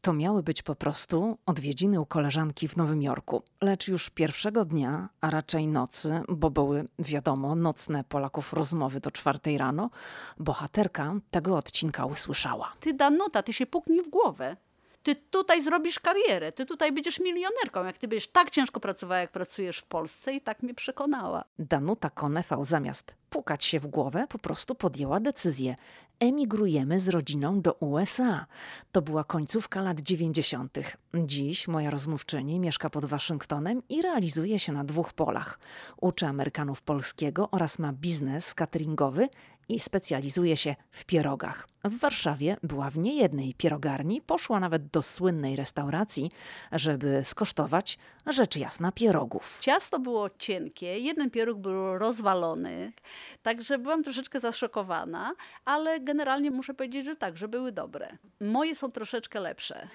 To miały być po prostu odwiedziny u koleżanki w Nowym Jorku. Lecz już pierwszego dnia, a raczej nocy, bo były, wiadomo, nocne Polaków rozmowy do 4 rano, bohaterka tego odcinka usłyszała. Ty, Danuta, ty się puknij w głowę. Ty tutaj zrobisz karierę, ty tutaj będziesz milionerką, jak ty będziesz tak ciężko pracowała, jak pracujesz w Polsce, i tak mnie przekonała. Danuta Konefał zamiast pukać się w głowę, po prostu podjęła decyzję. Emigrujemy z rodziną do USA. To była końcówka lat 90. Dziś moja rozmówczyni mieszka pod Waszyngtonem i realizuje się na 2 polach. Uczy Amerykanów polskiego oraz ma biznes cateringowy i specjalizuje się w pierogach. W Warszawie była w niejednej pierogarni, poszła nawet do słynnej restauracji, żeby skosztować, rzecz jasna, pierogów. Ciasto było cienkie, jeden pieróg był rozwalony, także byłam troszeczkę zaszokowana, ale generalnie muszę powiedzieć, że tak, że były dobre. Moje są troszeczkę lepsze.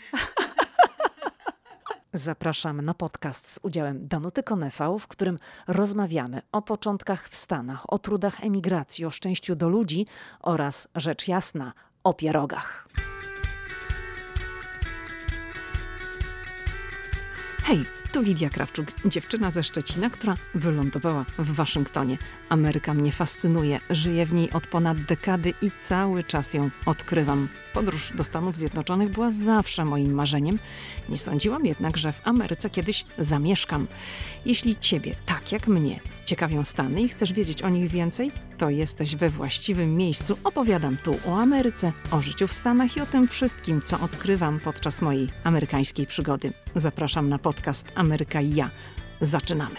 Zapraszam na podcast z udziałem Danuty Konefał, w którym rozmawiamy o początkach w Stanach, o trudach emigracji, o szczęściu do ludzi oraz, rzecz jasna, o pierogach. Hej, tu Lidia Krawczuk, dziewczyna ze Szczecina, która wylądowała w Waszyngtonie. Ameryka mnie fascynuje, żyję w niej od ponad dekady i cały czas ją odkrywam. Podróż do Stanów Zjednoczonych była zawsze moim marzeniem. Nie sądziłam jednak, że w Ameryce kiedyś zamieszkam. Jeśli Ciebie, tak jak mnie, ciekawią Stany i chcesz wiedzieć o nich więcej, to jesteś we właściwym miejscu. Opowiadam tu o Ameryce, o życiu w Stanach i o tym wszystkim, co odkrywam podczas mojej amerykańskiej przygody. Zapraszam na podcast Ameryka i ja. Zaczynamy!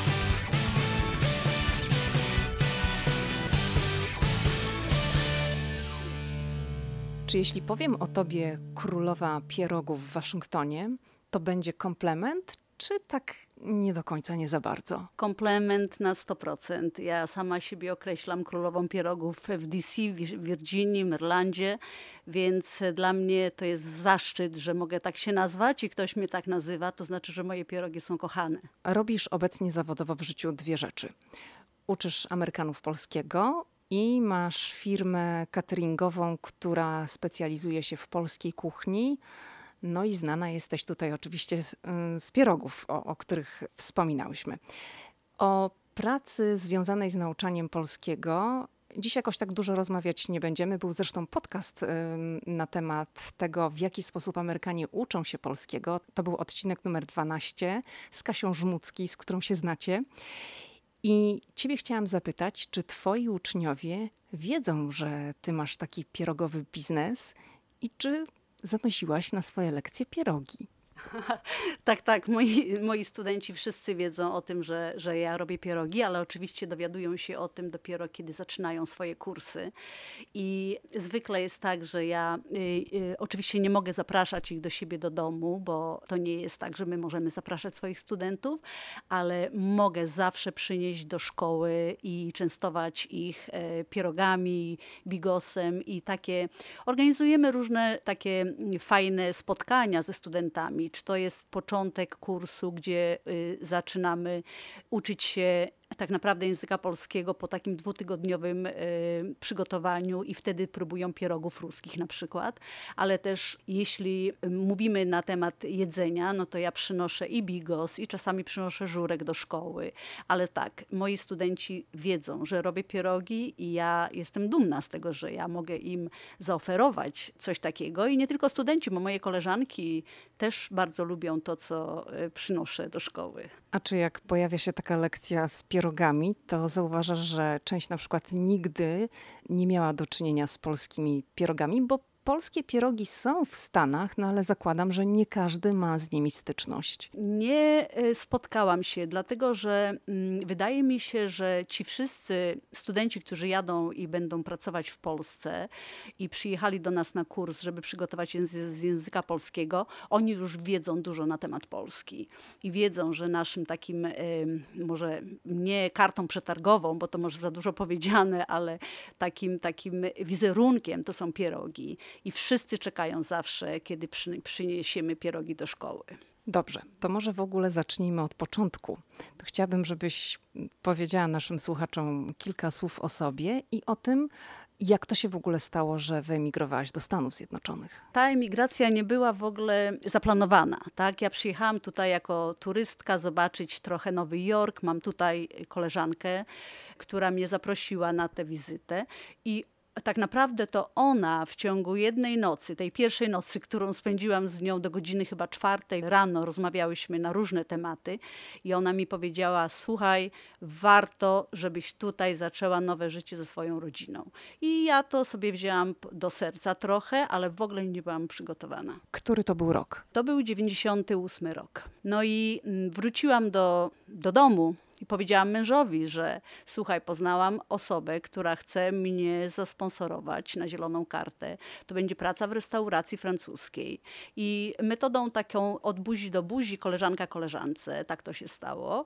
Czy jeśli powiem o tobie królowa pierogów w Waszyngtonie, to będzie komplement, czy tak nie do końca, nie za bardzo? Komplement na 100%. Ja sama siebie określam królową pierogów w DC, w Virginii, Marylandzie, więc dla mnie to jest zaszczyt, że mogę tak się nazwać i ktoś mnie tak nazywa, to znaczy, że moje pierogi są kochane. Robisz obecnie zawodowo w życiu 2 rzeczy. Uczysz Amerykanów polskiego i masz firmę cateringową, która specjalizuje się w polskiej kuchni. No i znana jesteś tutaj oczywiście z pierogów, o których wspominałyśmy. O pracy związanej z nauczaniem polskiego dziś jakoś tak dużo rozmawiać nie będziemy. Był zresztą podcast na temat tego, w jaki sposób Amerykanie uczą się polskiego. To był odcinek numer 12 z Kasią Żmudzki, z którą się znacie. I ciebie chciałam zapytać, czy twoi uczniowie wiedzą, że ty masz taki pierogowy biznes i czy zanosiłaś na swoje lekcje pierogi? Tak. Moi studenci wszyscy wiedzą o tym, że ja robię pierogi, ale oczywiście dowiadują się o tym dopiero, kiedy zaczynają swoje kursy. I zwykle jest tak, że ja oczywiście nie mogę zapraszać ich do siebie do domu, bo to nie jest tak, że my możemy zapraszać swoich studentów, ale mogę zawsze przynieść do szkoły i częstować ich pierogami, bigosem i takie. Organizujemy różne takie fajne spotkania ze studentami. Czy to jest początek kursu, gdzie zaczynamy uczyć się tak naprawdę języka polskiego po takim 2-tygodniowym przygotowaniu i wtedy próbują pierogów ruskich na przykład. Ale też jeśli mówimy na temat jedzenia, no to ja przynoszę i bigos i czasami przynoszę żurek do szkoły. Ale tak, moi studenci wiedzą, że robię pierogi i ja jestem dumna z tego, że ja mogę im zaoferować coś takiego. I nie tylko studenci, bo moje koleżanki też bardzo lubią to, co przynoszę do szkoły. A czy jak pojawia się taka lekcja z pierogami, to zauważasz, że część na przykład nigdy nie miała do czynienia z polskimi pierogami, bo polskie pierogi są w Stanach, no ale zakładam, że nie każdy ma z nimi styczność. Nie spotkałam się, dlatego że wydaje mi się, że ci wszyscy studenci, którzy jadą i będą pracować w Polsce i przyjechali do nas na kurs, żeby przygotować się z języka polskiego, oni już wiedzą dużo na temat Polski i wiedzą, że naszym takim, może nie kartą przetargową, bo to może za dużo powiedziane, ale takim wizerunkiem to są pierogi. I wszyscy czekają zawsze, kiedy przyniesiemy pierogi do szkoły. Dobrze, to może w ogóle zacznijmy od początku. To chciałabym, żebyś powiedziała naszym słuchaczom kilka słów o sobie i o tym, Jak to się w ogóle stało, że wyemigrowałaś do Stanów Zjednoczonych? Ta emigracja nie była w ogóle zaplanowana. Tak? Ja przyjechałam tutaj jako turystka zobaczyć trochę Nowy Jork. Mam tutaj koleżankę, która mnie zaprosiła na tę wizytę i tak naprawdę to ona w ciągu jednej nocy, tej pierwszej nocy, którą spędziłam z nią do godziny chyba 4 rano, rozmawiałyśmy na różne tematy i ona mi powiedziała: słuchaj, warto, żebyś tutaj zaczęła nowe życie ze swoją rodziną. I ja to sobie wzięłam do serca trochę, ale w ogóle nie byłam przygotowana. Który to był rok? To był 98 rok. No i wróciłam do domu. I powiedziałam mężowi, że słuchaj, poznałam osobę, która chce mnie zasponsorować na zieloną kartę. To będzie praca w restauracji francuskiej. I metodą taką od buzi do buzi, koleżanka koleżance, tak to się stało.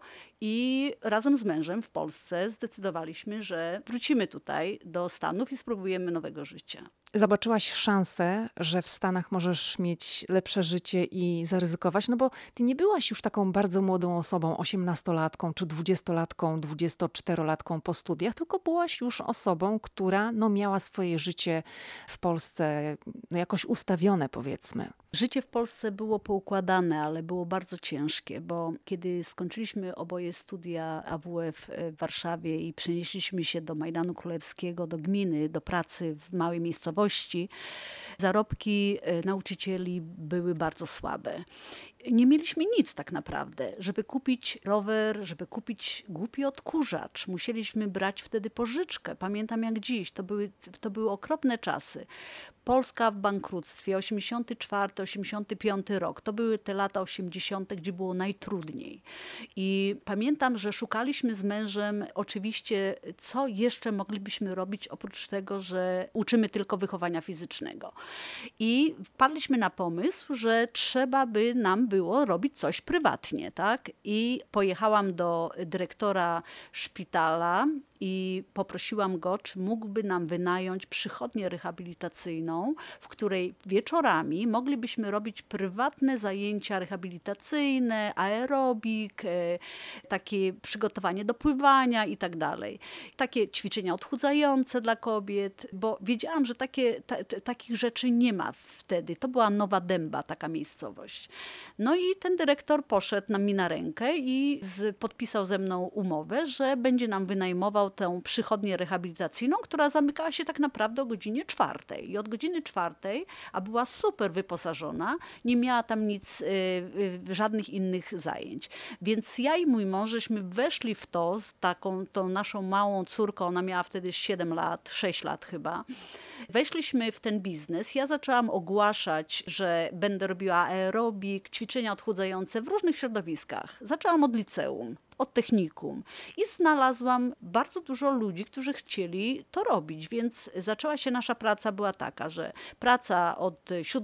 I razem z mężem w Polsce zdecydowaliśmy, że wrócimy tutaj do Stanów i spróbujemy nowego życia. Zobaczyłaś szansę, że w Stanach możesz mieć lepsze życie i zaryzykować, no bo ty nie byłaś już taką bardzo młodą osobą, 18-latką czy 20-latką, 24-latką po studiach, tylko byłaś już osobą, która miała swoje życie w Polsce jakoś ustawione, powiedzmy. Życie w Polsce było poukładane, ale było bardzo ciężkie, bo kiedy skończyliśmy oboje studia AWF w Warszawie i przenieśliśmy się do Majdanu Królewskiego, do gminy, do pracy w małej miejscowości, zarobki nauczycieli były bardzo słabe. Nie mieliśmy nic tak naprawdę. Żeby kupić rower, żeby kupić głupi odkurzacz, musieliśmy brać wtedy pożyczkę. Pamiętam jak dziś, to były okropne czasy. Polska w bankructwie, 84, 85 rok. To były te lata 80., gdzie było najtrudniej. I pamiętam, że szukaliśmy z mężem oczywiście, co jeszcze moglibyśmy robić oprócz tego, że uczymy tylko wychowania fizycznego. I wpadliśmy na pomysł, że trzeba by nam było robić coś prywatnie, tak? I pojechałam do dyrektora szpitala i poprosiłam go, czy mógłby nam wynająć przychodnię rehabilitacyjną, w której wieczorami moglibyśmy robić prywatne zajęcia rehabilitacyjne, aerobik, takie przygotowanie do pływania i tak dalej. Takie ćwiczenia odchudzające dla kobiet, bo wiedziałam, że takich rzeczy nie ma wtedy. To była Nowa Dęba, taka miejscowość. No i ten dyrektor poszedł mi na rękę i podpisał ze mną umowę, że będzie nam wynajmował tę przychodnię rehabilitacyjną, która zamykała się tak naprawdę o godzinie 4. I od godziny 4, a była super wyposażona, nie miała tam nic, żadnych innych zajęć. Więc ja i mój mąż żeśmy weszli w to z tą naszą małą córką, ona miała wtedy 7 lat, 6 lat chyba. Weszliśmy w ten biznes. Ja zaczęłam ogłaszać, że będę robiła aerobik, ćwiczenia odchudzające w różnych środowiskach. Zaczęłam od liceum, od technikum i znalazłam bardzo dużo ludzi, którzy chcieli to robić, więc zaczęła się nasza praca, była taka, że praca od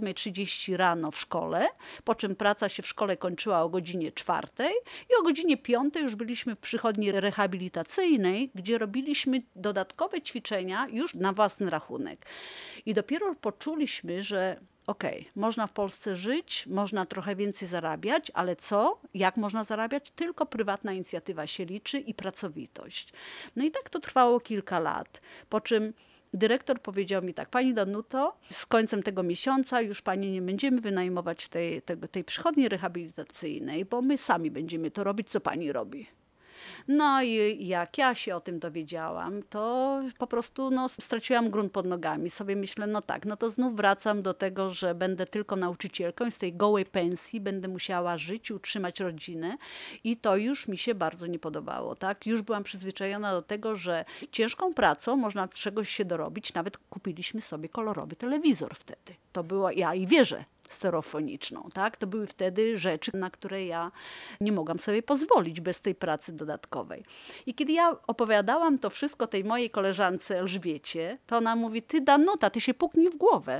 7:30 rano w szkole, po czym praca się w szkole kończyła o godzinie 4 i o godzinie 5 już byliśmy w przychodni rehabilitacyjnej, gdzie robiliśmy dodatkowe ćwiczenia już na własny rachunek. I dopiero poczuliśmy, że można w Polsce żyć, można trochę więcej zarabiać, ale co? Jak można zarabiać? Tylko prywatna inicjatywa się liczy i pracowitość. No i tak to trwało kilka lat, po czym dyrektor powiedział mi tak: pani Danuto, z końcem tego miesiąca już pani nie będziemy wynajmować tej przychodni rehabilitacyjnej, bo my sami będziemy to robić, co pani robi. No i jak ja się o tym dowiedziałam, to po prostu straciłam grunt pod nogami. Sobie myślę, to znów wracam do tego, że będę tylko nauczycielką i z tej gołej pensji będę musiała żyć, utrzymać rodzinę i to już mi się bardzo nie podobało. Tak? Już byłam przyzwyczajona do tego, że ciężką pracą można czegoś się dorobić. Nawet kupiliśmy sobie kolorowy telewizor wtedy. To było, ja i wierzę, stereofoniczną. Tak? To były wtedy rzeczy, na które ja nie mogłam sobie pozwolić bez tej pracy dodatkowej. I kiedy ja opowiadałam to wszystko tej mojej koleżance Elżbiecie, to ona mówi: ty Danuta, ty się puknij w głowę.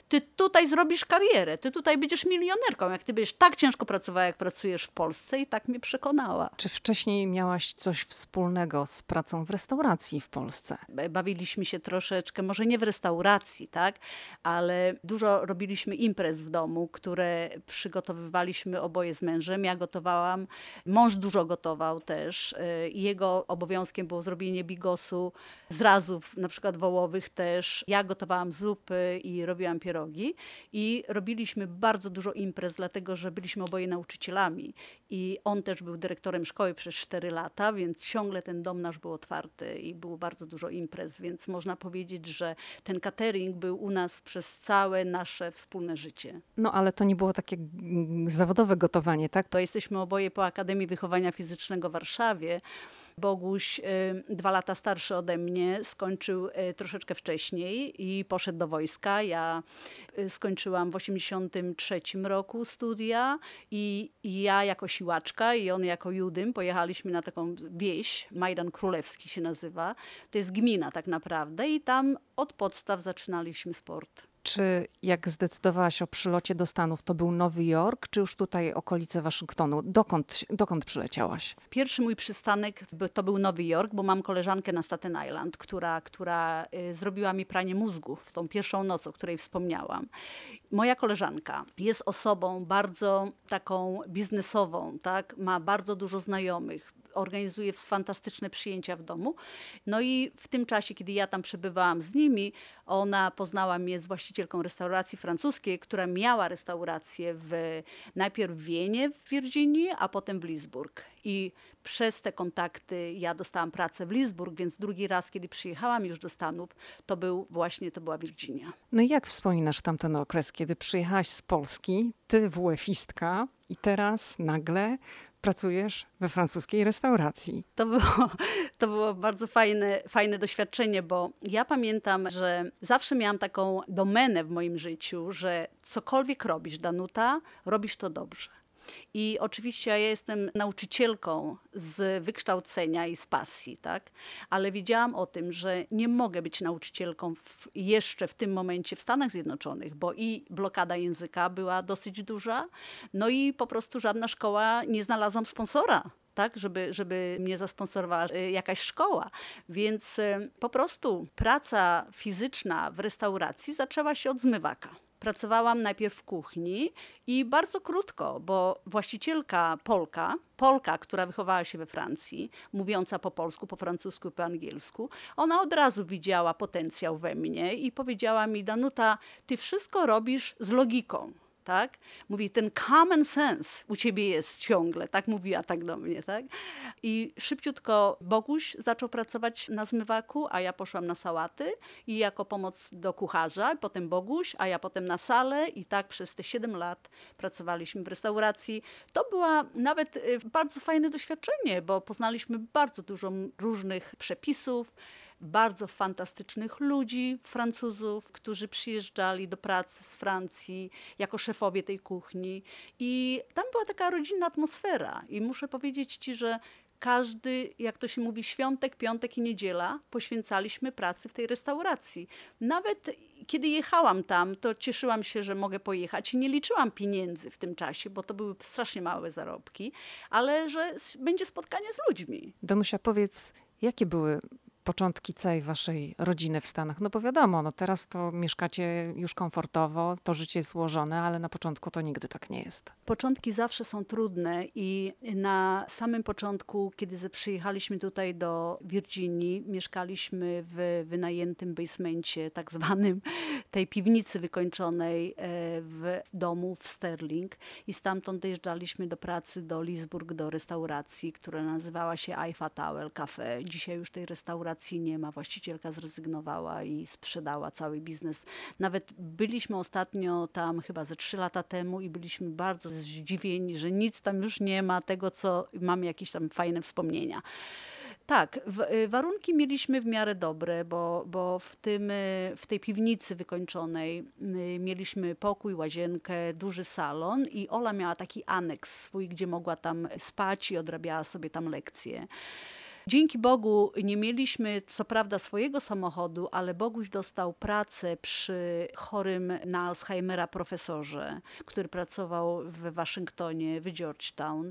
ty tutaj zrobisz karierę, ty tutaj będziesz milionerką, jak ty będziesz tak ciężko pracowała, jak pracujesz w Polsce i tak mnie przekonała. Czy wcześniej miałaś coś wspólnego z pracą w restauracji w Polsce? Bawiliśmy się troszeczkę, może nie w restauracji, tak, ale dużo robiliśmy imprez w domu, które przygotowywaliśmy oboje z mężem. Ja gotowałam, mąż dużo gotował też i jego obowiązkiem było zrobienie bigosu, zrazów na przykład wołowych też. Ja gotowałam zupy i robiłam pierogi i robiliśmy bardzo dużo imprez, dlatego że byliśmy oboje nauczycielami i on też był dyrektorem szkoły przez 4 lata, więc ciągle ten dom nasz był otwarty i było bardzo dużo imprez, więc można powiedzieć, że ten catering był u nas przez całe nasze wspólne życie. No ale to nie było takie zawodowe gotowanie, tak? To jesteśmy oboje po Akademii Wychowania Fizycznego w Warszawie. Boguś, 2 lata starszy ode mnie, skończył troszeczkę wcześniej i poszedł do wojska. Ja skończyłam w 1983 roku studia i ja jako siłaczka i on jako judym pojechaliśmy na taką wieś, Majdan Królewski się nazywa. To jest gmina tak naprawdę i tam od podstaw zaczynaliśmy sport. Czy jak zdecydowałaś o przylocie do Stanów, to był Nowy Jork, czy już tutaj okolice Waszyngtonu? Dokąd przyleciałaś? Pierwszy mój przystanek to był Nowy Jork, bo mam koleżankę na Staten Island, która zrobiła mi pranie mózgu w tą pierwszą noc, o której wspomniałam. Moja koleżanka jest osobą bardzo taką biznesową, tak? Ma bardzo dużo znajomych. Organizuje fantastyczne przyjęcia w domu. No i w tym czasie, kiedy ja tam przebywałam z nimi, ona poznała mnie z właścicielką restauracji francuskiej, która miała restaurację najpierw w Wienie w Virginii, a potem w Leesburg. I przez te kontakty ja dostałam pracę w Leesburg, więc drugi raz, kiedy przyjechałam już do Stanów, to była Virginia. No i jak wspominasz tamten okres, kiedy przyjechałaś z Polski, ty WF-istka i teraz nagle pracujesz we francuskiej restauracji? To było bardzo fajne doświadczenie, bo ja pamiętam, że zawsze miałam taką domenę w moim życiu, że cokolwiek robisz, Danuta, robisz to dobrze. I oczywiście ja jestem nauczycielką z wykształcenia i z pasji, tak? Ale wiedziałam o tym, że nie mogę być nauczycielką jeszcze w tym momencie w Stanach Zjednoczonych, bo i blokada języka była dosyć duża, no i po prostu żadna szkoła nie znalazłam sponsora. Tak, żeby mnie zasponsorowała jakaś szkoła. Więc po prostu praca fizyczna w restauracji zaczęła się od zmywaka. Pracowałam najpierw w kuchni i bardzo krótko, bo właścicielka Polka, która wychowała się we Francji, mówiąca po polsku, po francusku, po angielsku, ona od razu widziała potencjał we mnie i powiedziała mi: Danuta, ty wszystko robisz z logiką. Tak? Mówi, ten common sense u ciebie jest ciągle, tak? Mówiła tak do mnie, tak? I szybciutko Boguś zaczął pracować na zmywaku, a ja poszłam na sałaty i jako pomoc do kucharza, potem Boguś, a ja potem na salę i tak przez te 7 lat pracowaliśmy w restauracji. To była nawet bardzo fajne doświadczenie, bo poznaliśmy bardzo dużo różnych przepisów, bardzo fantastycznych ludzi, Francuzów, którzy przyjeżdżali do pracy z Francji jako szefowie tej kuchni. I tam była taka rodzinna atmosfera. I muszę powiedzieć ci, że każdy, jak to się mówi, świątek, piątek i niedziela poświęcaliśmy pracy w tej restauracji. Nawet kiedy jechałam tam, to cieszyłam się, że mogę pojechać i nie liczyłam pieniędzy w tym czasie, bo to były strasznie małe zarobki, ale że będzie spotkanie z ludźmi. Danusia, powiedz, jakie były początki całej waszej rodziny w Stanach? No bo wiadomo, no teraz to mieszkacie już komfortowo, to życie jest złożone, ale na początku to nigdy tak nie jest. Początki zawsze są trudne i na samym początku, kiedy przyjechaliśmy tutaj do Virginii, mieszkaliśmy w wynajętym basemencie, tak zwanym, tej piwnicy wykończonej w domu w Sterling i stamtąd dojeżdżaliśmy do pracy do Leesburg, do restauracji, która nazywała się Eiffel Tower Cafe. Dzisiaj już tej restauracji nie ma. Właścicielka zrezygnowała i sprzedała cały biznes. Nawet byliśmy ostatnio tam chyba ze 3 lata temu i byliśmy bardzo zdziwieni, że nic tam już nie ma, tego co mamy jakieś tam fajne wspomnienia. Tak, warunki mieliśmy w miarę dobre, bo w tej piwnicy wykończonej mieliśmy pokój, łazienkę, duży salon i Ola miała taki aneks swój, gdzie mogła tam spać i odrabiała sobie tam lekcje. Dzięki Bogu nie mieliśmy co prawda swojego samochodu, ale Boguś dostał pracę przy chorym na Alzheimera profesorze, który pracował w Waszyngtonie, w Georgetown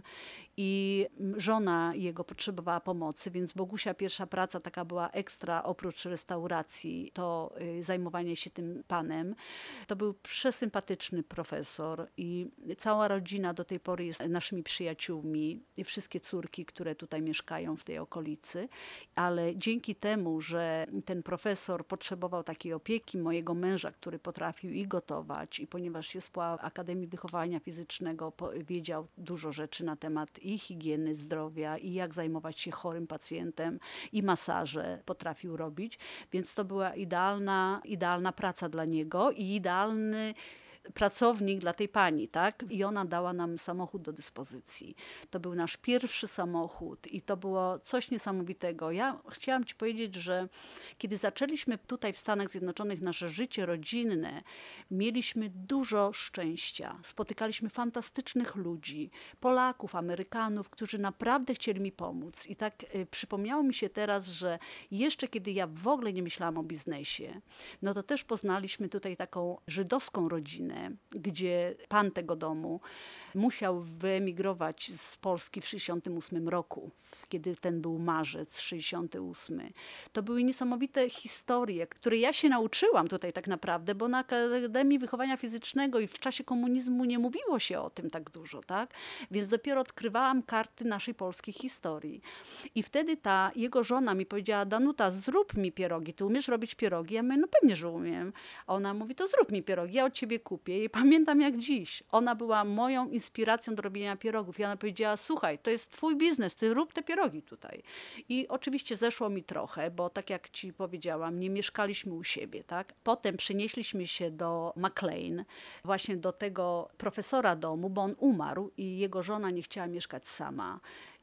i żona jego potrzebowała pomocy, więc Bogusia pierwsza praca taka była ekstra, oprócz restauracji, to zajmowanie się tym panem. To był przesympatyczny profesor i cała rodzina do tej pory jest naszymi przyjaciółmi i wszystkie córki, które tutaj mieszkają w tej okolicy, ale dzięki temu, że ten profesor potrzebował takiej opieki mojego męża, który potrafił i gotować, i ponieważ jest po Akademii Wychowania Fizycznego, wiedział dużo rzeczy na temat i higieny zdrowia, i jak zajmować się chorym pacjentem, i masaże potrafił robić, więc to była idealna praca dla niego i idealny pracownik dla tej pani, tak? I ona dała nam samochód do dyspozycji. To był nasz pierwszy samochód i to było coś niesamowitego. Ja chciałam ci powiedzieć, że kiedy zaczęliśmy tutaj w Stanach Zjednoczonych nasze życie rodzinne, mieliśmy dużo szczęścia. Spotykaliśmy fantastycznych ludzi, Polaków, Amerykanów, którzy naprawdę chcieli mi pomóc. I tak przypomniało mi się teraz, że jeszcze kiedy ja w ogóle nie myślałam o biznesie, no to też poznaliśmy tutaj taką żydowską rodzinę, gdzie pan tego domu musiał wyemigrować z Polski w 1968 roku, kiedy ten był marzec 1968. To były niesamowite historie, które ja się nauczyłam tutaj tak naprawdę, bo na Akademii Wychowania Fizycznego i w czasie komunizmu nie mówiło się o tym tak dużo, tak? Więc dopiero odkrywałam karty naszej polskiej historii. I wtedy ta jego żona mi powiedziała: Danuta, zrób mi pierogi, ty umiesz robić pierogi? Ja mówię: no pewnie, że umiem. A ona mówi: to zrób mi pierogi, ja od ciebie kupię. I pamiętam jak dziś. Ona była moją inspiracją do robienia pierogów. I ona powiedziała: słuchaj, to jest twój biznes, ty rób te pierogi tutaj. I oczywiście zeszło mi trochę, bo tak jak ci powiedziałam, nie mieszkaliśmy u siebie, tak? Potem przenieśliśmy się do McLean, właśnie do tego profesora domu, bo on umarł i jego żona nie chciała mieszkać sama.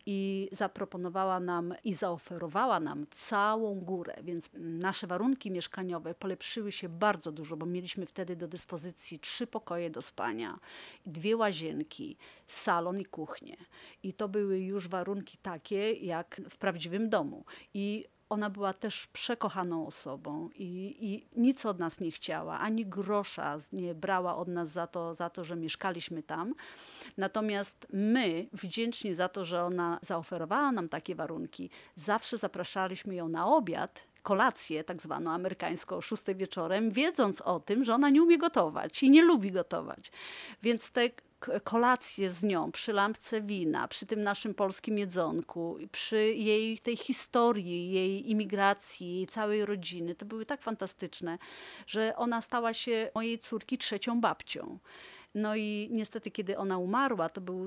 I zaproponowała nam i zaoferowała nam całą górę, więc nasze warunki mieszkaniowe polepszyły się bardzo dużo, bo mieliśmy wtedy do dyspozycji 3 pokoje do spania, 2 łazienki, salon i kuchnię. I to były już warunki takie jak w prawdziwym domu. I ona była też przekochaną osobą i nic od nas nie chciała, ani grosza nie brała od nas za to, że mieszkaliśmy tam. Natomiast my, wdzięczni za to, że ona zaoferowała nam takie warunki, zawsze zapraszaliśmy ją na obiad, kolację tak zwaną amerykańską o 6 wieczorem, wiedząc o tym, że ona nie umie gotować i nie lubi gotować. Więc te kolacje z nią przy lampce wina, przy tym naszym polskim jedzonku, przy jej tej historii, jej imigracji, jej całej rodziny, to były tak fantastyczne, że ona stała się mojej córki 3. babcią. No i niestety, kiedy ona umarła, to był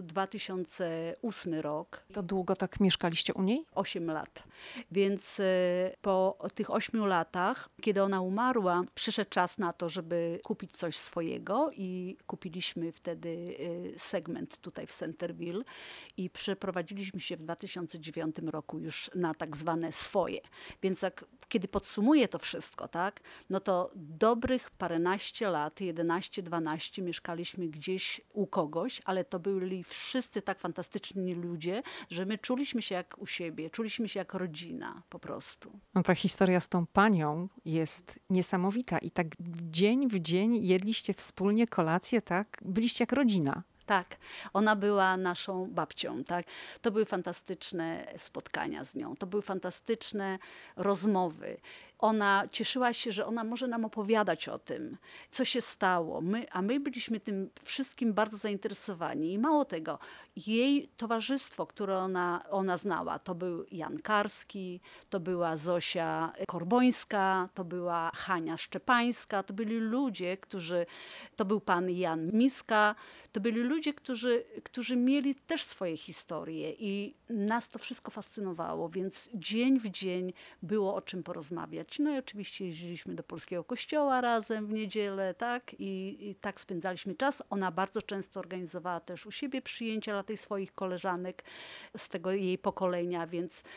2008 rok. To długo tak mieszkaliście u niej? 8 lat. Więc po tych 8 latach, kiedy ona umarła, przyszedł czas na to, żeby kupić coś swojego i kupiliśmy wtedy segment tutaj w Centerville i przeprowadziliśmy się w 2009 roku już na tak zwane swoje. Więc kiedy podsumuję to wszystko, tak, no to dobrych paręnaście lat, 11-12 mieszkaliśmy gdzieś u kogoś, ale to byli wszyscy tak fantastyczni ludzie, że my czuliśmy się jak u siebie, czuliśmy się jak rodzina po prostu. No ta historia z tą panią jest niesamowita i tak dzień w dzień jedliście wspólnie kolację, tak? Byliście jak rodzina. Tak, ona była naszą babcią, tak. To były fantastyczne spotkania z nią, to były fantastyczne rozmowy. Ona cieszyła się, że ona może nam opowiadać o tym, co się stało. A my byliśmy tym wszystkim bardzo zainteresowani. I mało tego, jej towarzystwo, które ona znała, to był Jan Karski, to była Zosia Korbońska, to była Hania Szczepańska, to byli ludzie, to był pan Jan Miska, to byli ludzie, którzy mieli też swoje historie i nas to wszystko fascynowało, więc dzień w dzień było o czym porozmawiać. No i oczywiście jeździliśmy do polskiego kościoła razem w niedzielę, tak? I tak spędzaliśmy czas. Ona bardzo często organizowała też u siebie przyjęcia dla tych swoich koleżanek z tego jej pokolenia, więc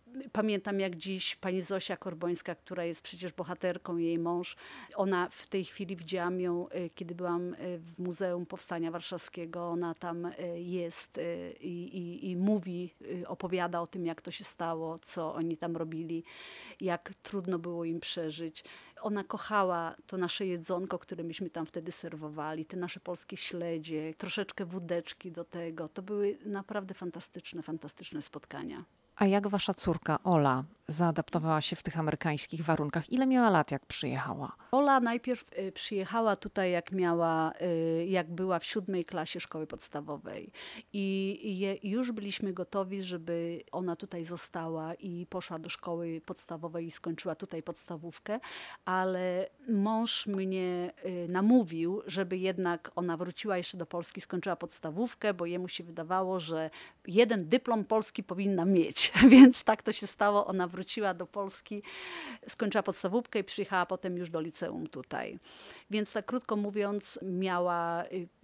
Pamiętam jak dziś pani Zosia Korbońska, która jest przecież bohaterką, jej mąż, ona w tej chwili, widziałam ją, kiedy byłam w Muzeum Powstania Warszawskiego, ona tam jest i mówi, opowiada o tym, jak to się stało, co oni tam robili, jak trudno było im przeżyć. Ona kochała to nasze jedzonko, które myśmy tam wtedy serwowali, te nasze polskie śledzie, troszeczkę wódeczki do tego. To były naprawdę fantastyczne spotkania. A jak wasza córka Ola zaadaptowała się w tych amerykańskich warunkach? Ile miała lat, jak przyjechała? Ola najpierw przyjechała tutaj, jak była w 7. klasie szkoły podstawowej. Już byliśmy gotowi, żeby ona tutaj została i poszła do szkoły podstawowej i skończyła tutaj podstawówkę, ale mąż mnie namówił, żeby jednak ona wróciła jeszcze do Polski, skończyła podstawówkę, bo jemu się wydawało, że jeden dyplom polski powinna mieć. Więc tak to się stało. Ona wróciła do Polski, skończyła podstawówkę i przyjechała potem już do liceum tutaj. Więc tak krótko mówiąc miała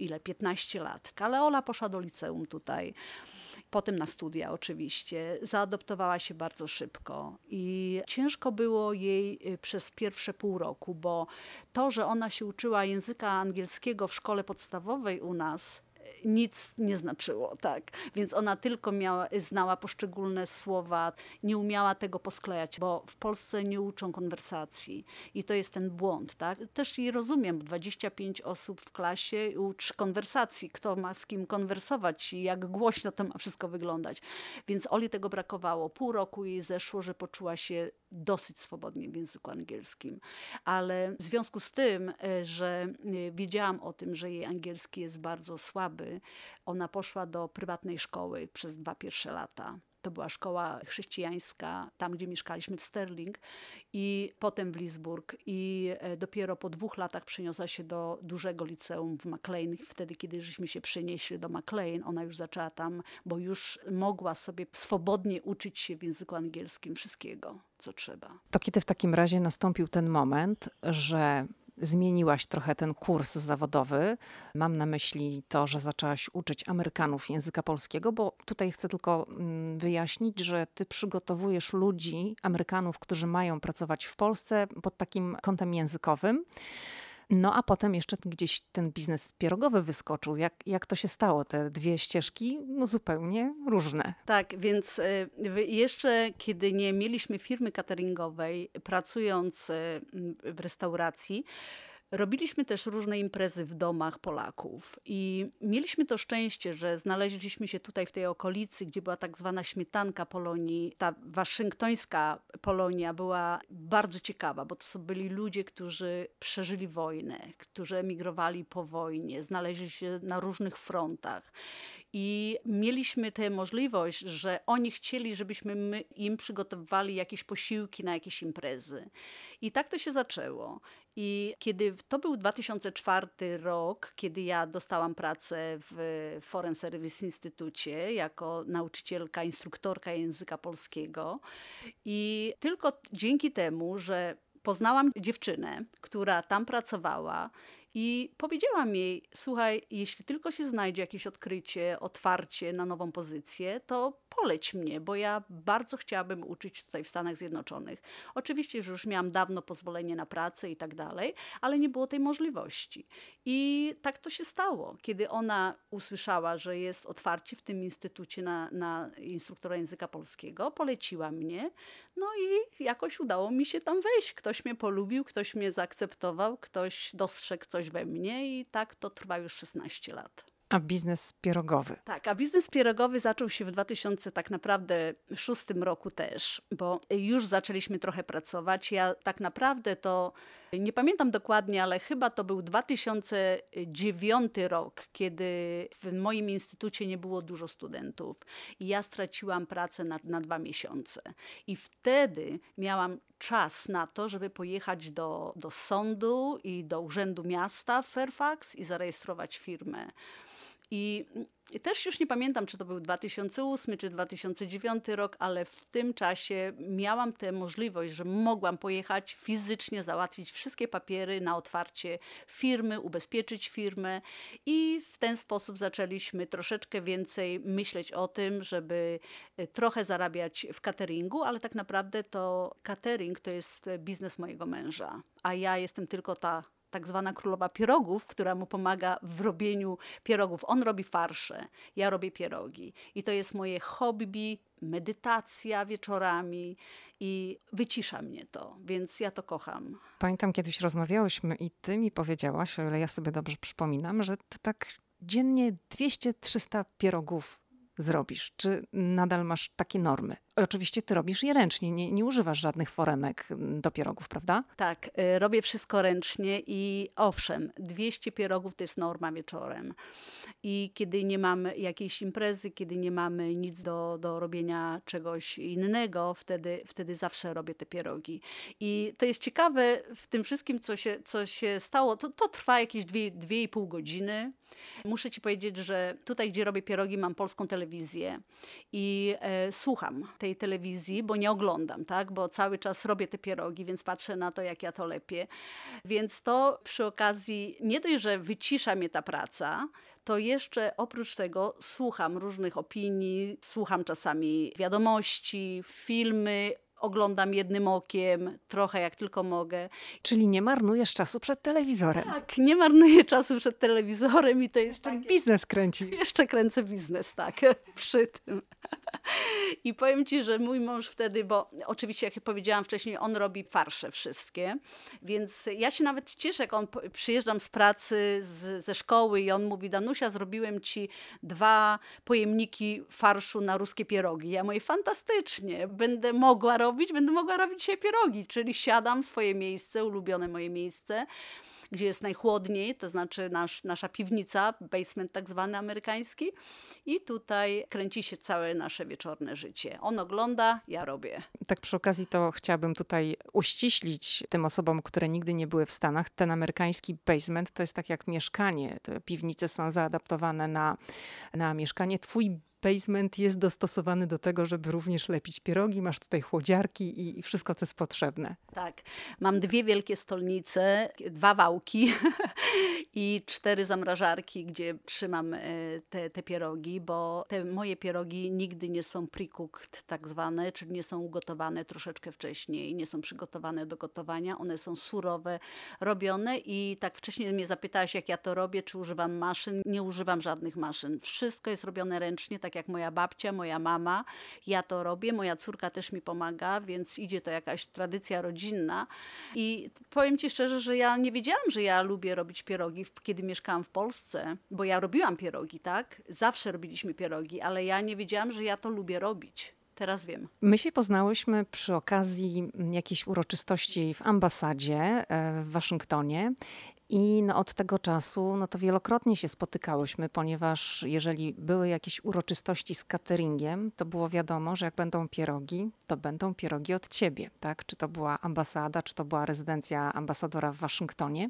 15 lat. Ale Ola poszła do liceum tutaj. Potem na studia oczywiście. Zaadoptowała się bardzo szybko i ciężko było jej przez pierwsze pół roku, bo to, że ona się uczyła języka angielskiego w szkole podstawowej u nas, nic nie znaczyło, tak. Więc ona tylko znała poszczególne słowa, nie umiała tego posklejać, bo w Polsce nie uczą konwersacji i to jest ten błąd, tak. Też jej rozumiem, 25 osób w klasie uczy konwersacji, kto ma z kim konwersować i jak głośno to ma wszystko wyglądać. Więc Oli tego brakowało. Pół roku jej zeszło, że poczuła się dosyć swobodnie w języku angielskim. Ale w związku z tym, że wiedziałam o tym, że jej angielski jest bardzo słaby, ona poszła do prywatnej szkoły przez 2 pierwsze lata. To była szkoła chrześcijańska, tam gdzie mieszkaliśmy w Sterling i potem w Leesburg. I dopiero po 2 latach przeniosła się do dużego liceum w McLean. Wtedy, kiedy żeśmy się przenieśli do McLean, ona już zaczęła tam, bo już mogła sobie swobodnie uczyć się w języku angielskim wszystkiego, co trzeba. To kiedy w takim razie nastąpił ten moment, że zmieniłaś trochę ten kurs zawodowy? Mam na myśli to, że zaczęłaś uczyć Amerykanów języka polskiego, bo tutaj chcę tylko wyjaśnić, że ty przygotowujesz ludzi, Amerykanów, którzy mają pracować w Polsce pod takim kątem językowym. No a potem jeszcze gdzieś ten biznes pierogowy wyskoczył. Jak to się stało? Te 2 ścieżki zupełnie różne. Tak, więc jeszcze kiedy nie mieliśmy firmy cateringowej, pracując w restauracji, robiliśmy też różne imprezy w domach Polaków i mieliśmy to szczęście, że znaleźliśmy się tutaj w tej okolicy, gdzie była tak zwana śmietanka Polonii. Ta waszyngtońska Polonia była bardzo ciekawa, bo to byli ludzie, którzy przeżyli wojnę, którzy emigrowali po wojnie, znaleźli się na różnych frontach. I mieliśmy tę możliwość, że oni chcieli, żebyśmy im przygotowywali jakieś posiłki na jakieś imprezy. I tak to się zaczęło. I kiedy to był 2004 rok, kiedy ja dostałam pracę w Foreign Service Instytucie jako nauczycielka, instruktorka języka polskiego. I tylko dzięki temu, że poznałam dziewczynę, która tam pracowała i powiedziałam jej, słuchaj, jeśli tylko się znajdzie jakieś odkrycie, otwarcie na nową pozycję, to poleć mnie, bo ja bardzo chciałabym uczyć tutaj w Stanach Zjednoczonych. Oczywiście, że już miałam dawno pozwolenie na pracę i tak dalej, ale nie było tej możliwości. I tak to się stało. Kiedy ona usłyszała, że jest otwarcie w tym instytucie na instruktora języka polskiego, poleciła mnie, no i jakoś udało mi się tam wejść. Ktoś mnie polubił, ktoś mnie zaakceptował, ktoś dostrzegł coś we mnie i tak to trwa już 16 lat. A biznes pierogowy? Tak, a biznes pierogowy zaczął się w 2006 roku też, bo już zaczęliśmy trochę pracować. Ja tak naprawdę to, nie pamiętam dokładnie, ale chyba to był 2009 rok, kiedy w moim instytucie nie było dużo studentów i ja straciłam pracę na 2 miesiące. I wtedy miałam czas na to, żeby pojechać do sądu i do Urzędu Miasta w Fairfax i zarejestrować firmę. I też już nie pamiętam, czy to był 2008 czy 2009 rok, ale w tym czasie miałam tę możliwość, że mogłam pojechać fizycznie, załatwić wszystkie papiery na otwarcie firmy, ubezpieczyć firmę i w ten sposób zaczęliśmy troszeczkę więcej myśleć o tym, żeby trochę zarabiać w cateringu, ale tak naprawdę to catering to jest biznes mojego męża, a ja jestem tylko ta tak zwana królowa pierogów, która mu pomaga w robieniu pierogów. On robi farsze, ja robię pierogi. I to jest moje hobby, medytacja wieczorami i wycisza mnie to, więc ja to kocham. Pamiętam, kiedyś rozmawiałyśmy i ty mi powiedziałaś, o ile ja sobie dobrze przypominam, że ty tak dziennie 200-300 pierogów zrobisz. Czy nadal masz takie normy? Oczywiście ty robisz je ręcznie, nie używasz żadnych foremek do pierogów, prawda? Tak, robię wszystko ręcznie i owszem, 200 pierogów to jest norma wieczorem. I kiedy nie mamy jakiejś imprezy, kiedy nie mamy nic do robienia czegoś innego, wtedy zawsze robię te pierogi. I to jest ciekawe w tym wszystkim, co się stało. To trwa jakieś 2,5 godziny. Muszę ci powiedzieć, że tutaj, gdzie robię pierogi, mam polską telewizję i słucham tej telewizji, bo nie oglądam, tak? Bo cały czas robię te pierogi, więc patrzę na to, jak ja to lepię. Więc to przy okazji nie dość, że wycisza mnie ta praca, to jeszcze oprócz tego słucham różnych opinii, słucham czasami wiadomości, filmy, oglądam jednym okiem, trochę jak tylko mogę. Czyli nie marnujesz czasu przed telewizorem. Tak, nie marnuję czasu przed telewizorem i to jest Jeszcze biznes kręci. Jeszcze kręcę biznes, tak, przy tym. I powiem ci, że mój mąż wtedy, bo oczywiście jak powiedziałam wcześniej, on robi farsze wszystkie, więc ja się nawet cieszę, jak przyjeżdżam z pracy, ze szkoły i on mówi: Danusia, zrobiłem ci 2 pojemniki farszu na ruskie pierogi. Ja mówię: fantastycznie, będę mogła robić dzisiaj pierogi, czyli siadam w swoje miejsce, ulubione moje miejsce, gdzie jest najchłodniej, to znaczy nasza piwnica, basement tak zwany amerykański i tutaj kręci się całe nasze wieczorne życie. On ogląda, ja robię. Tak przy okazji to chciałabym tutaj uściślić tym osobom, które nigdy nie były w Stanach. Ten amerykański basement to jest tak jak mieszkanie. Te piwnice są zaadaptowane na mieszkanie. Twój basement jest dostosowany do tego, żeby również lepić pierogi. Masz tutaj chłodziarki i wszystko, co jest potrzebne. Tak. Mam 2 wielkie stolnice, 2 wałki i 4 zamrażarki, gdzie trzymam te pierogi, bo te moje pierogi nigdy nie są pre-cooked tak zwane, czyli nie są ugotowane troszeczkę wcześniej, nie są przygotowane do gotowania. One są surowe, robione i tak wcześniej mnie zapytałaś, jak ja to robię, czy używam maszyn. Nie używam żadnych maszyn. Wszystko jest robione ręcznie, tak jak moja babcia, moja mama. Ja to robię, moja córka też mi pomaga, więc idzie to jakaś tradycja rodzinna. I powiem ci szczerze, że ja nie wiedziałam, że ja lubię robić pierogi, kiedy mieszkałam w Polsce, bo ja robiłam pierogi, tak? Zawsze robiliśmy pierogi, ale ja nie wiedziałam, że ja to lubię robić. Teraz wiem. My się poznałyśmy przy okazji jakiejś uroczystości w ambasadzie w Waszyngtonie. I od tego czasu to wielokrotnie się spotykałyśmy, ponieważ jeżeli były jakieś uroczystości z cateringiem, to było wiadomo, że jak będą pierogi, to będą pierogi od ciebie, tak? Czy to była ambasada, czy to była rezydencja ambasadora w Waszyngtonie.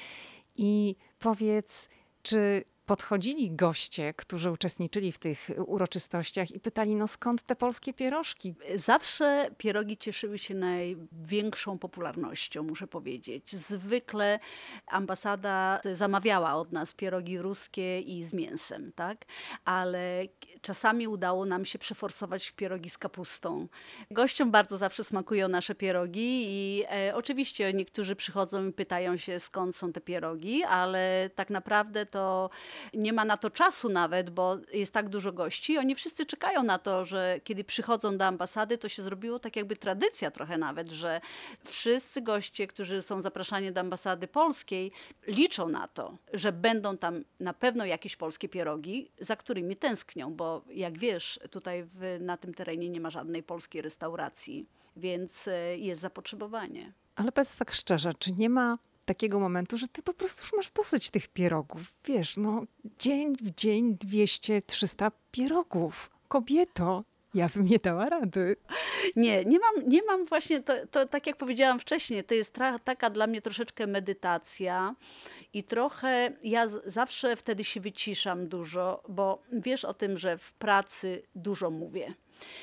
I powiedz, czy podchodzili goście, którzy uczestniczyli w tych uroczystościach i pytali, skąd te polskie pierożki? Zawsze pierogi cieszyły się największą popularnością, muszę powiedzieć. Zwykle ambasada zamawiała od nas pierogi ruskie i z mięsem, tak? Ale czasami udało nam się przeforsować pierogi z kapustą. Gościom bardzo zawsze smakują nasze pierogi i oczywiście niektórzy przychodzą i pytają się, skąd są te pierogi, ale tak naprawdę to nie ma na to czasu nawet, bo jest tak dużo gości. Oni wszyscy czekają na to, że kiedy przychodzą do ambasady, to się zrobiło tak jakby tradycja trochę nawet, że wszyscy goście, którzy są zapraszani do ambasady polskiej, liczą na to, że będą tam na pewno jakieś polskie pierogi, za którymi tęsknią, bo jak wiesz, tutaj na tym terenie nie ma żadnej polskiej restauracji, więc jest zapotrzebowanie. Ale powiedz tak szczerze, czy nie ma takiego momentu, że ty po prostu już masz dosyć tych pierogów? Wiesz, dzień w dzień 200-300 pierogów. Kobieto. Ja bym nie dała rady. Nie mam właśnie, to tak jak powiedziałam wcześniej, to jest taka dla mnie troszeczkę medytacja i trochę ja zawsze wtedy się wyciszam dużo, bo wiesz o tym, że w pracy dużo mówię.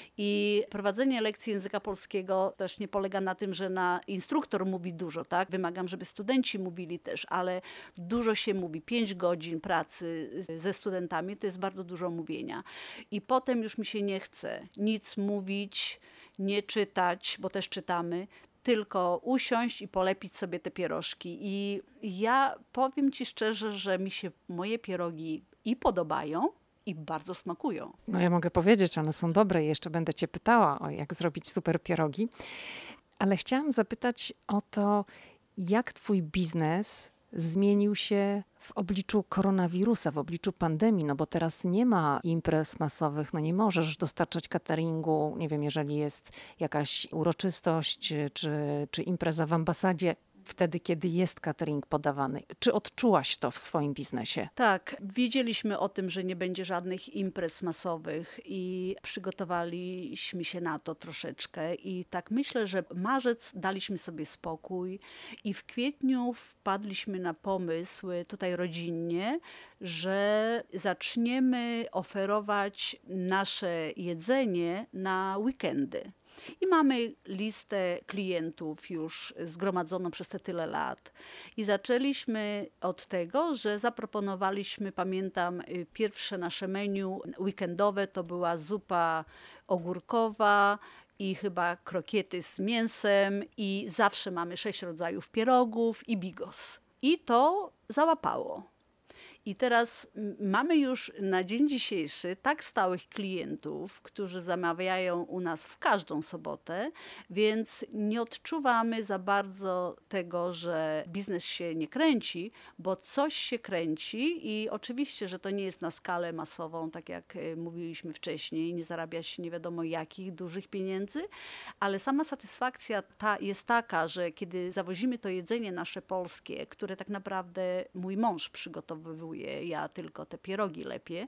I prowadzenie lekcji języka polskiego też nie polega na tym, że instruktor mówi dużo, tak? Wymagam, żeby studenci mówili też, ale dużo się mówi. 5 godzin pracy ze studentami to jest bardzo dużo mówienia. I potem już mi się nie chce nic mówić, nie czytać, bo też czytamy, tylko usiąść i polepić sobie te pierożki. I ja powiem ci szczerze, że mi się moje pierogi i podobają, i bardzo smakują. No ja mogę powiedzieć, one są dobre i jeszcze będę cię pytała, o jak zrobić super pierogi. Ale chciałam zapytać o to, jak twój biznes zmienił się w obliczu koronawirusa, w obliczu pandemii, no bo teraz nie ma imprez masowych, no nie możesz dostarczać cateringu, nie wiem, jeżeli jest jakaś uroczystość czy impreza w ambasadzie, wtedy, kiedy jest catering podawany. Czy odczułaś to w swoim biznesie? Tak, wiedzieliśmy o tym, że nie będzie żadnych imprez masowych i przygotowaliśmy się na to troszeczkę. I tak myślę, że marzec daliśmy sobie spokój i w kwietniu wpadliśmy na pomysł tutaj rodzinnie, że zaczniemy oferować nasze jedzenie na weekendy. I mamy listę klientów już zgromadzoną przez te tyle lat. I zaczęliśmy od tego, że zaproponowaliśmy, pamiętam, pierwsze nasze menu weekendowe to była zupa ogórkowa i chyba krokiety z mięsem i zawsze mamy 6 rodzajów pierogów i bigos. I to załapało. I teraz mamy już na dzień dzisiejszy tak stałych klientów, którzy zamawiają u nas w każdą sobotę, więc nie odczuwamy za bardzo tego, że biznes się nie kręci, bo coś się kręci i oczywiście, że to nie jest na skalę masową, tak jak mówiliśmy wcześniej, nie zarabia się nie wiadomo jakich dużych pieniędzy, ale sama satysfakcja jest taka, że kiedy zawozimy to jedzenie nasze polskie, które tak naprawdę mój mąż przygotowywuje, ja tylko te pierogi lepię.